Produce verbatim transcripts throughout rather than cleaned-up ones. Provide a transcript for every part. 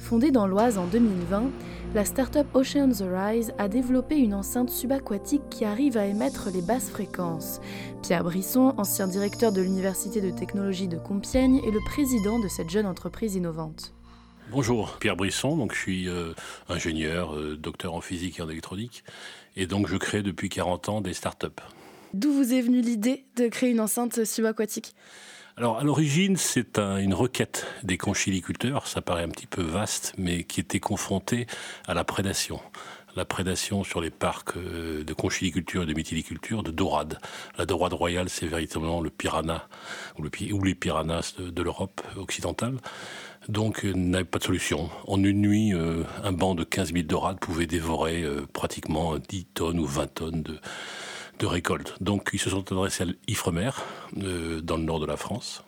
Fondée dans l'Oise en deux mille vingt, la start-up Oceans Arise a développé une enceinte subaquatique qui arrive à émettre les basses fréquences. Pierre Brisson, ancien directeur de l'Université de technologie de Compiègne, est le président de cette jeune entreprise innovante. Bonjour, Pierre Brisson, donc je suis euh, ingénieur, euh, docteur en physique et en électronique, et donc je crée depuis quarante ans des start-up. D'où vous est venue l'idée de créer une enceinte subaquatique ? Alors à l'origine, c'est un, une requête des conchiliculteurs, ça paraît un petit peu vaste, mais qui était confronté à la prédation. La prédation sur les parcs de conchiliculture et de mytiliculture de dorades. La dorade royale, c'est véritablement le piranha, ou, le, ou les piranhas de, de l'Europe occidentale. Donc, euh, n'avait pas de solution. En une nuit, euh, un banc de quinze mille dorades pouvait dévorer euh, pratiquement dix tonnes ou vingt tonnes de, de récolte. Donc, ils se sont adressés à l'Ifremer, euh, dans le nord de la France.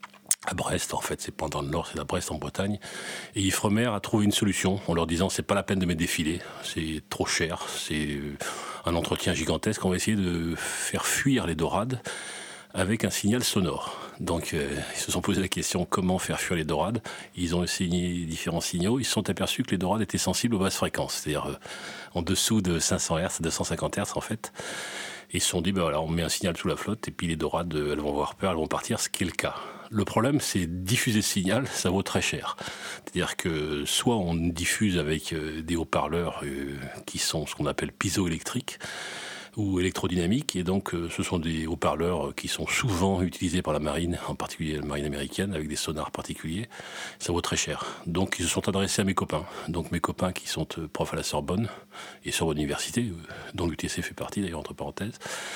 À Brest, en fait, c'est pas dans le nord, c'est à Brest en Bretagne. Et Ifremer a trouvé une solution en leur disant c'est pas la peine de mettre des filets, c'est trop cher, c'est un entretien gigantesque. On va essayer de faire fuir les dorades avec un signal sonore. Donc euh, ils se sont posé la question comment faire fuir les dorades. Ils ont essayé différents signaux. Ils se sont aperçus que les dorades étaient sensibles aux basses fréquences, c'est-à-dire euh, en dessous de cinq cents hertz, deux cent cinquante hertz en fait. Et ils se sont dit ben voilà, on met un signal sous la flotte et puis les dorades elles vont avoir peur, elles vont partir, ce qui est le cas. Le problème, c'est diffuser ce signal, ça vaut très cher. C'est-à-dire que soit on diffuse avec euh, des haut-parleurs euh, qui sont ce qu'on appelle piézoélectriques, ou électrodynamique, et donc euh, ce sont des haut-parleurs qui sont souvent utilisés par la marine, en particulier la marine américaine, avec des sonars particuliers. Ça vaut très cher. Donc ils se sont adressés à mes copains. Donc mes copains qui sont euh, profs à la Sorbonne, et Sorbonne Université, euh, dont l'U T C fait partie d'ailleurs, entre parenthèses.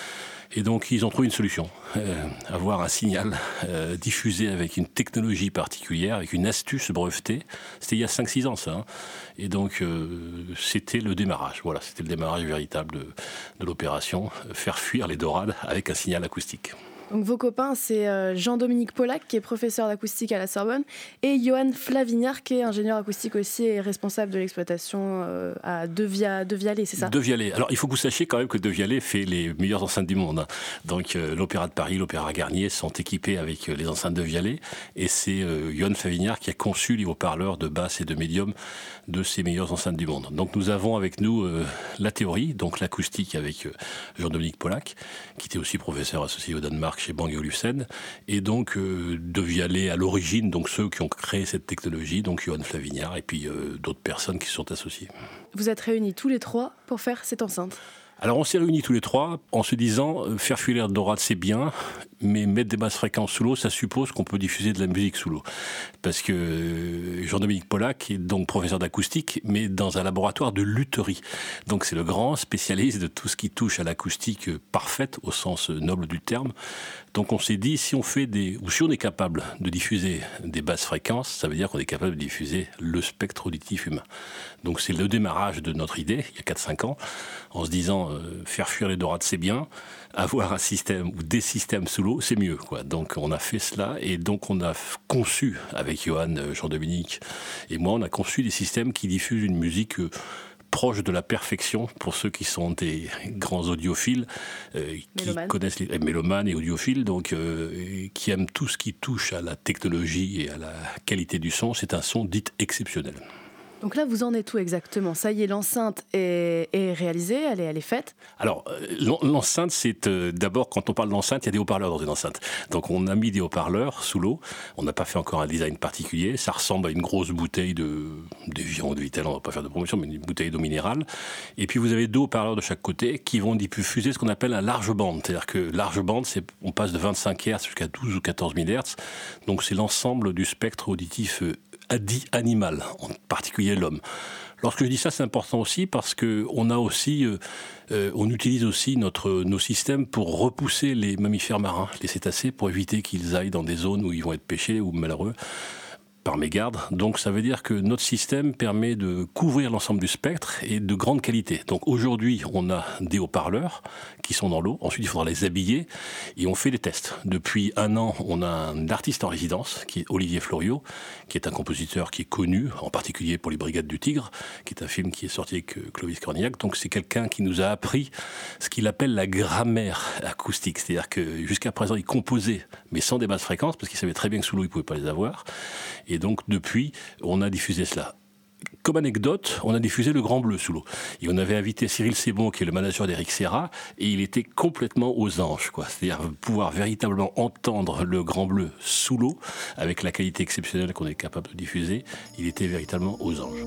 Et donc ils ont trouvé une solution, euh, avoir un signal euh, diffusé avec une technologie particulière, avec une astuce brevetée. C'était il y a cinq six ans ça. Hein. Et donc euh, c'était le démarrage, voilà, c'était le démarrage véritable de, de l'opération, faire fuir les dorades avec un signal acoustique. Donc vos copains, c'est euh, Jean-Dominique Pollack, qui est professeur d'acoustique à la Sorbonne, et Johan Flavignard, qui est ingénieur acoustique aussi et responsable de l'exploitation euh, à De, Via, De Vialet, c'est ça ? De Vialet. Alors il faut que vous sachiez quand même que De Vialet fait les meilleures enceintes du monde. Hein. Donc euh, l'Opéra de Paris, l'Opéra Garnier sont équipés avec euh, les enceintes De Vialet, et c'est euh, Johan Flavignard qui a conçu les haut-parleurs de basse et de médium de ces meilleures enceintes du monde. Donc nous avons avec nous euh, la théorie, donc l'acoustique avec euh, Jean-Dominique Pollack, qui était aussi professeur associé au Danemark chez Bang et Olufsen, et donc euh, De Vialet à l'origine, donc ceux qui ont créé cette technologie, donc Johan Flavignard, et puis euh, d'autres personnes qui se sont associées. Vous êtes réunis tous les trois pour faire cette enceinte ? Alors on s'est réunis tous les trois en se disant euh, faire fuir les dorades c'est bien, mais mettre des basses fréquences sous l'eau, ça suppose qu'on peut diffuser de la musique sous l'eau. Parce que Jean-Dominique Pollack est donc professeur d'acoustique, mais dans un laboratoire de lutherie. Donc c'est le grand spécialiste de tout ce qui touche à l'acoustique parfaite, au sens noble du terme. Donc on s'est dit, si on fait des, ou si on est capable de diffuser des basses fréquences, ça veut dire qu'on est capable de diffuser le spectre auditif humain. Donc c'est le démarrage de notre idée, il y a quatre cinq ans, en se disant, euh, faire fuir les dorades c'est bien, avoir un système ou des systèmes sous l'eau, c'est mieux, quoi. Donc on a fait cela, et donc on a conçu avec Johan, Jean-Dominique et moi, on a conçu des systèmes qui diffusent une musique euh, proche de la perfection pour ceux qui sont des grands audiophiles, euh, qui Mélomane. connaissent les mélomanes et audiophiles, donc euh, qui aiment tout ce qui touche à la technologie et à la qualité du son. C'est un son dit exceptionnel. Donc là, vous en êtes où exactement ? Ça y est, l'enceinte est, est réalisée, elle est, elle est faite ? Alors, euh, l'enceinte, c'est euh, d'abord, quand on parle d'enceinte, il y a des haut-parleurs dans une enceinte. Donc, on a mis des haut-parleurs sous l'eau. On n'a pas fait encore un design particulier. Ça ressemble à une grosse bouteille de d'Evian, de Vitel, on ne va pas faire de promotion, mais une bouteille d'eau minérale. Et puis, vous avez deux haut-parleurs de chaque côté qui vont diffuser ce qu'on appelle un large bande. C'est-à-dire que large bande, c'est, on passe de vingt-cinq hertz jusqu'à douze ou quatorze mille hertz. Donc, c'est l'ensemble du spectre auditif euh, dit animal, en particulier l'homme. Lorsque je dis ça, c'est important aussi parce que on a aussi, euh, euh, on utilise aussi notre nos systèmes pour repousser les mammifères marins, les cétacés, pour éviter qu'ils aillent dans des zones où ils vont être pêchés ou malheureux par mégarde. Donc ça veut dire que notre système permet de couvrir l'ensemble du spectre et de grande qualité. Donc aujourd'hui, on a des haut-parleurs qui sont dans l'eau. Ensuite, il faudra les habiller et on fait des tests. Depuis un an, on a un artiste en résidence qui est Olivier Floriot, qui est un compositeur qui est connu, en particulier pour les Brigades du Tigre, qui est un film qui est sorti avec Clovis Cornillac. Donc c'est quelqu'un qui nous a appris ce qu'il appelle la grammaire acoustique. C'est-à-dire que jusqu'à présent, il composait, mais sans des basses fréquences, parce qu'il savait très bien que sous l'eau, il ne pouvait pas les avoir. Et donc, depuis, on a diffusé cela. comme anecdote, on a diffusé le Grand Bleu sous l'eau. Et on avait invité Cyril Sebon, qui est le manager d'Eric Serra, et il était complètement aux anges, quoi. C'est-à-dire pouvoir véritablement entendre le Grand Bleu sous l'eau, avec la qualité exceptionnelle qu'on est capable de diffuser, il était véritablement aux anges.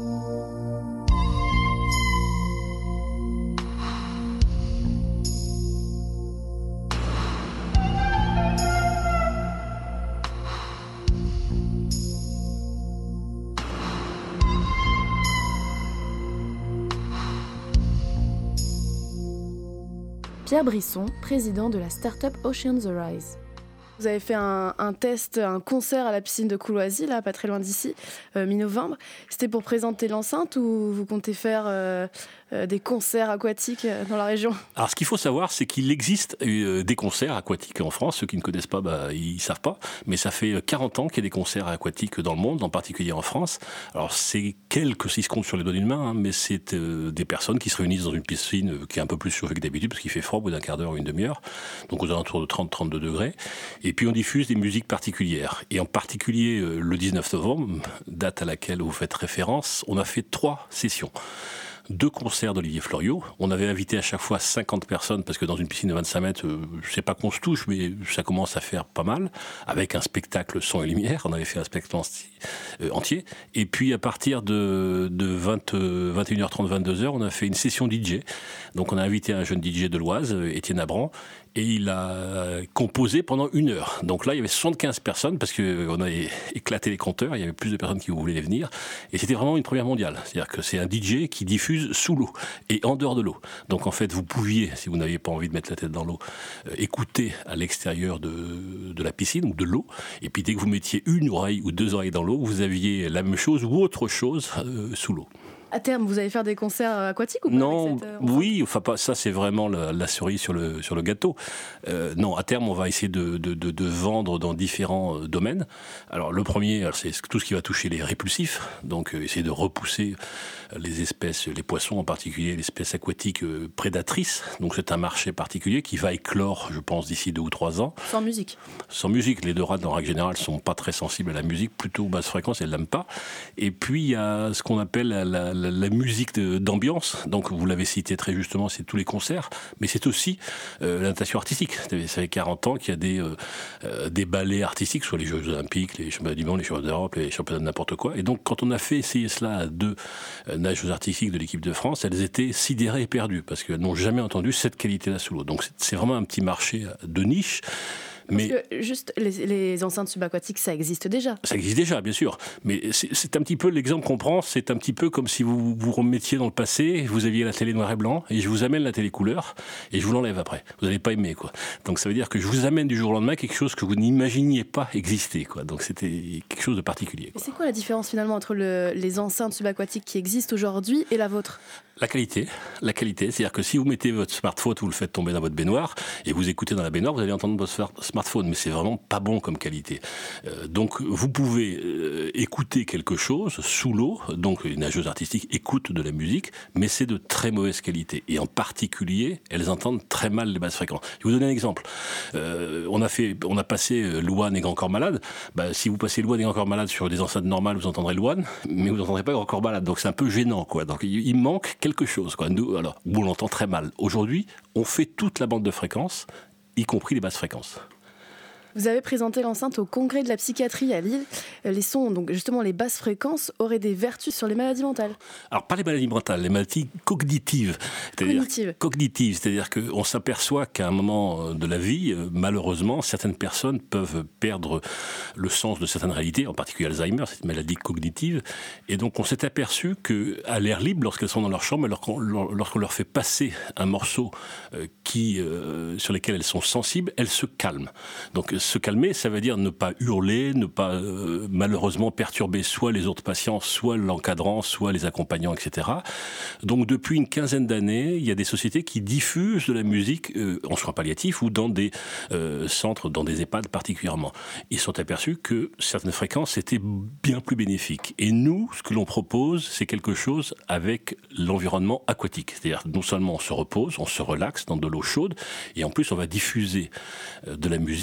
Pierre Brisson, président de la start-up Oceans Arise. Vous avez fait un, un test, un concert à la piscine de Couloisy, là, pas très loin d'ici, euh, mi-novembre. C'était pour présenter l'enceinte ou vous comptez faire euh, euh, des concerts aquatiques euh, dans la région ? Alors, ce qu'il faut savoir, c'est qu'il existe euh, des concerts aquatiques en France. Ceux qui ne connaissent pas, bah, ils ne savent pas. Mais ça fait quarante ans qu'il y a des concerts aquatiques dans le monde, en particulier en France. Alors, c'est quelques, si se comptent sur les doigts d'une main, hein, mais c'est euh, des personnes qui se réunissent dans une piscine qui est un peu plus chauffée que d'habitude, parce qu'il fait froid au bout d'un quart d'heure ou une demi-heure, donc aux alentours de trente à trente-deux degrés. Et puis on diffuse des musiques particulières. Et en particulier euh, le dix-neuf novembre, date à laquelle vous faites référence, on a fait trois sessions. Deux concerts d'Olivier Floriot. On avait invité à chaque fois cinquante personnes, parce que dans une piscine de vingt-cinq mètres, euh, je sais pas qu'on se touche, mais ça commence à faire pas mal, avec un spectacle son et lumière. On avait fait un spectacle euh, entier. Et puis à partir de, de vingt, euh, vingt et une heures trente, vingt-deux heures, on a fait une session D J. Donc on a invité un jeune D J de l'Oise, Étienne Abran, et il a composé pendant une heure. Donc là, il y avait soixante-quinze personnes, parce qu'on a éclaté les compteurs, il y avait plus de personnes qui voulaient venir, et c'était vraiment une première mondiale. C'est-à-dire que c'est un D J qui diffuse sous l'eau et en dehors de l'eau. Donc en fait, vous pouviez, si vous n'aviez pas envie de mettre la tête dans l'eau, euh, écouter à l'extérieur de, de la piscine ou de l'eau, et puis dès que vous mettiez une oreille ou deux oreilles dans l'eau, vous aviez la même chose ou autre chose euh, sous l'eau. À terme, vous allez faire des concerts aquatiques ou pas? Non, avec cette, euh, oui, enfin pas, ça c'est vraiment la, la cerise sur le sur le gâteau. Euh, non, à terme, on va essayer de de, de, de vendre dans différents euh, domaines. Alors le premier, alors, c'est tout ce qui va toucher les répulsifs, donc euh, essayer de repousser les espèces, les poissons en particulier, l'espèce aquatique euh, prédatrice. Donc c'est un marché particulier qui va éclore, je pense, d'ici deux ou trois ans. Sans musique. Sans musique, les dorades en règle générale sont pas très sensibles à la musique, plutôt basse fréquence, elles l'aiment pas. Et puis il y a ce qu'on appelle la, la, la, la musique de, d'ambiance. Donc vous l'avez cité très justement, c'est tous les concerts, mais c'est aussi euh, la natation artistique. Ça fait quarante ans qu'il y a des euh, euh, des ballets artistiques, soit les Jeux Olympiques, les Championnats du Monde, les Championnats d'Europe, les Championnats de n'importe quoi. Et donc quand on a fait essayer cela à deux euh, nageuses artistiques de l'équipe de France, elles étaient sidérées et perdues parce qu'elles n'ont jamais entendu cette qualité-là sous l'eau. Donc c'est, c'est vraiment un petit marché de niche. Mais parce que juste les, les enceintes subaquatiques, ça existe déjà. Ça existe déjà, bien sûr. Mais c'est, c'est un petit peu l'exemple qu'on prend. C'est un petit peu comme si vous vous remettiez dans le passé, vous aviez la télé noir et blanc, et je vous amène la télé couleur, et je vous l'enlève après. Vous n'allez pas aimer, quoi. Donc ça veut dire que je vous amène du jour au lendemain quelque chose que vous n'imaginiez pas exister, quoi. Donc c'était quelque chose de particulier, quoi. Et c'est quoi la différence finalement entre le, les enceintes subaquatiques qui existent aujourd'hui et la vôtre ? La qualité, la qualité, c'est-à-dire que si vous mettez votre smartphone, vous le faites tomber dans votre baignoire et vous écoutez dans la baignoire, vous allez entendre votre smartphone, mais c'est vraiment pas bon comme qualité. Euh, donc vous pouvez euh, écouter quelque chose sous l'eau, donc les nageuses artistiques écoutent de la musique, mais c'est de très mauvaise qualité. Et en particulier, elles entendent très mal les basses fréquences. Je vais vous donner un exemple. Euh, on a fait, on a passé Louane et Grand Corps Malade. Bah, si vous passez Louane et Grand Corps Malade sur des enceintes normales, vous entendrez Louane, mais vous n'entendrez pas Grand Corps Malade. Donc c'est un peu gênant, quoi. Donc il, il manque quelque chose, quoi. Nous, alors, on l'entend très mal. Aujourd'hui, on fait toute la bande de fréquences, y compris les basses fréquences. Vous avez présenté l'enceinte au congrès de la psychiatrie à Lille. Les sons, donc justement les basses fréquences, auraient des vertus sur les maladies mentales. Alors pas les maladies mentales, les maladies cognitives. C'est-à-dire, cognitives. Cognitives, c'est-à-dire qu'on s'aperçoit qu'à un moment de la vie, malheureusement, certaines personnes peuvent perdre le sens de certaines réalités, en particulier Alzheimer, c'est une maladie cognitive. Et donc on s'est aperçu qu'à l'air libre, lorsqu'elles sont dans leur chambre, lorsqu'on, lorsqu'on leur fait passer un morceau qui, euh, sur lequel elles sont sensibles, elles se calment. Donc se calmer, ça veut dire ne pas hurler, ne pas euh, malheureusement perturber soit les autres patients, soit l'encadrant, soit les accompagnants, et cetera. Donc depuis une quinzaine d'années, il y a des sociétés qui diffusent de la musique euh, en soins palliatifs ou dans des euh, centres, dans des EHPAD particulièrement. Ils sont aperçus que certaines fréquences étaient bien plus bénéfiques. Et nous, ce que l'on propose, c'est quelque chose avec l'environnement aquatique. C'est-à-dire non seulement on se repose, on se relaxe dans de l'eau chaude, et en plus on va diffuser euh, de la musique, une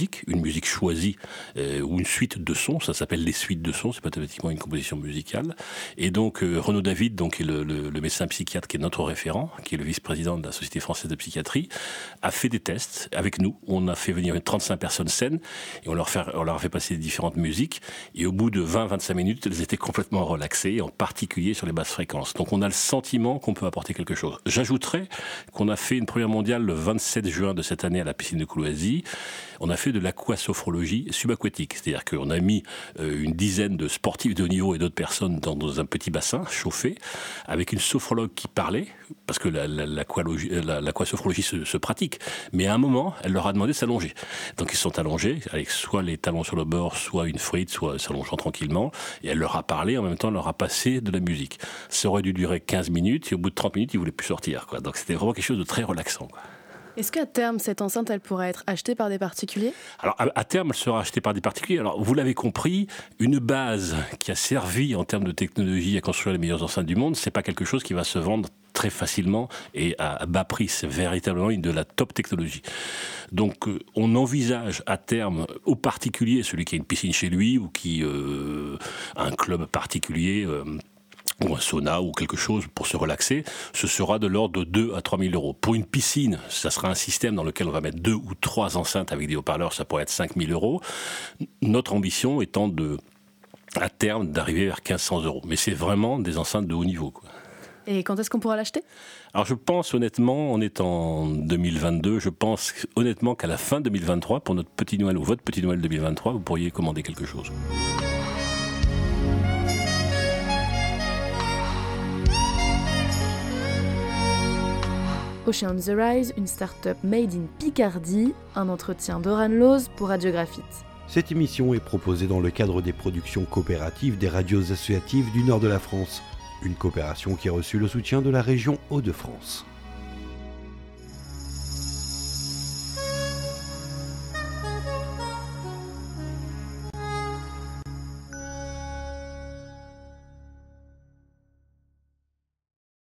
musique choisie euh, ou une suite de sons. Ça s'appelle les suites de sons. C'est pas automatiquement une composition musicale. Et donc euh, Renaud David, donc qui est le, le, le médecin psychiatre qui est notre référent, qui est le vice-président de la Société française de psychiatrie, a fait des tests avec nous. On a fait venir trente-cinq personnes saines et on leur, fait, on leur a fait passer différentes musiques. Et au bout de vingt à vingt-cinq minutes, elles étaient complètement relaxées, en particulier sur les basses fréquences. Donc on a le sentiment qu'on peut apporter quelque chose. J'ajouterais qu'on a fait une première mondiale le vingt-sept juin de cette année à la piscine de Courloisy. On a fait de l'aquasophrologie subaquatique, c'est-à-dire qu'on a mis euh, une dizaine de sportifs de haut niveau et d'autres personnes dans, dans un petit bassin chauffé, avec une sophrologue qui parlait, parce que la, la, l'aqualogie, la, l'aquasophrologie se, se pratique, mais à un moment, elle leur a demandé de s'allonger. Donc ils sont allongés, avec soit les talons sur le bord, soit une frite, soit s'allongeant tranquillement, et elle leur a parlé, en même temps elle leur a passé de la musique. Ça aurait dû durer quinze minutes, et au bout de trente minutes, ils ne voulaient plus sortir, quoi. Donc c'était vraiment quelque chose de très relaxant, quoi. Est-ce qu'à terme, cette enceinte, elle pourrait être achetée par des particuliers ? Alors, à, à terme, elle sera achetée par des particuliers. Alors, vous l'avez compris, une base qui a servi en termes de technologie à construire les meilleures enceintes du monde, c'est pas quelque chose qui va se vendre très facilement et à bas prix. C'est véritablement une de la top technologie. Donc, euh, on envisage à terme aux particuliers, celui qui a une piscine chez lui ou qui euh, a un club particulier, euh, ou un sauna ou quelque chose pour se relaxer, ce sera de l'ordre de deux à trois mille euros. Pour une piscine, ça sera un système dans lequel on va mettre deux ou trois enceintes avec des haut-parleurs, ça pourrait être cinq mille euros. Notre ambition étant de, à terme d'arriver vers quinze cents euros. Mais c'est vraiment des enceintes de haut niveau, quoi. Et quand est-ce qu'on pourra l'acheter ? Alors je pense honnêtement, on est en deux mille vingt-deux, je pense honnêtement qu'à la fin deux mille vingt-trois, pour notre petit Noël ou votre petit Noël deux mille vingt-trois, vous pourriez commander quelque chose. Ocean The Rise, une start-up made in Picardie, un entretien d'Oran Loz pour Radio Graphite. Cette émission est proposée dans le cadre des productions coopératives des radios associatives du nord de la France, une coopération qui a reçu le soutien de la région Hauts-de-France.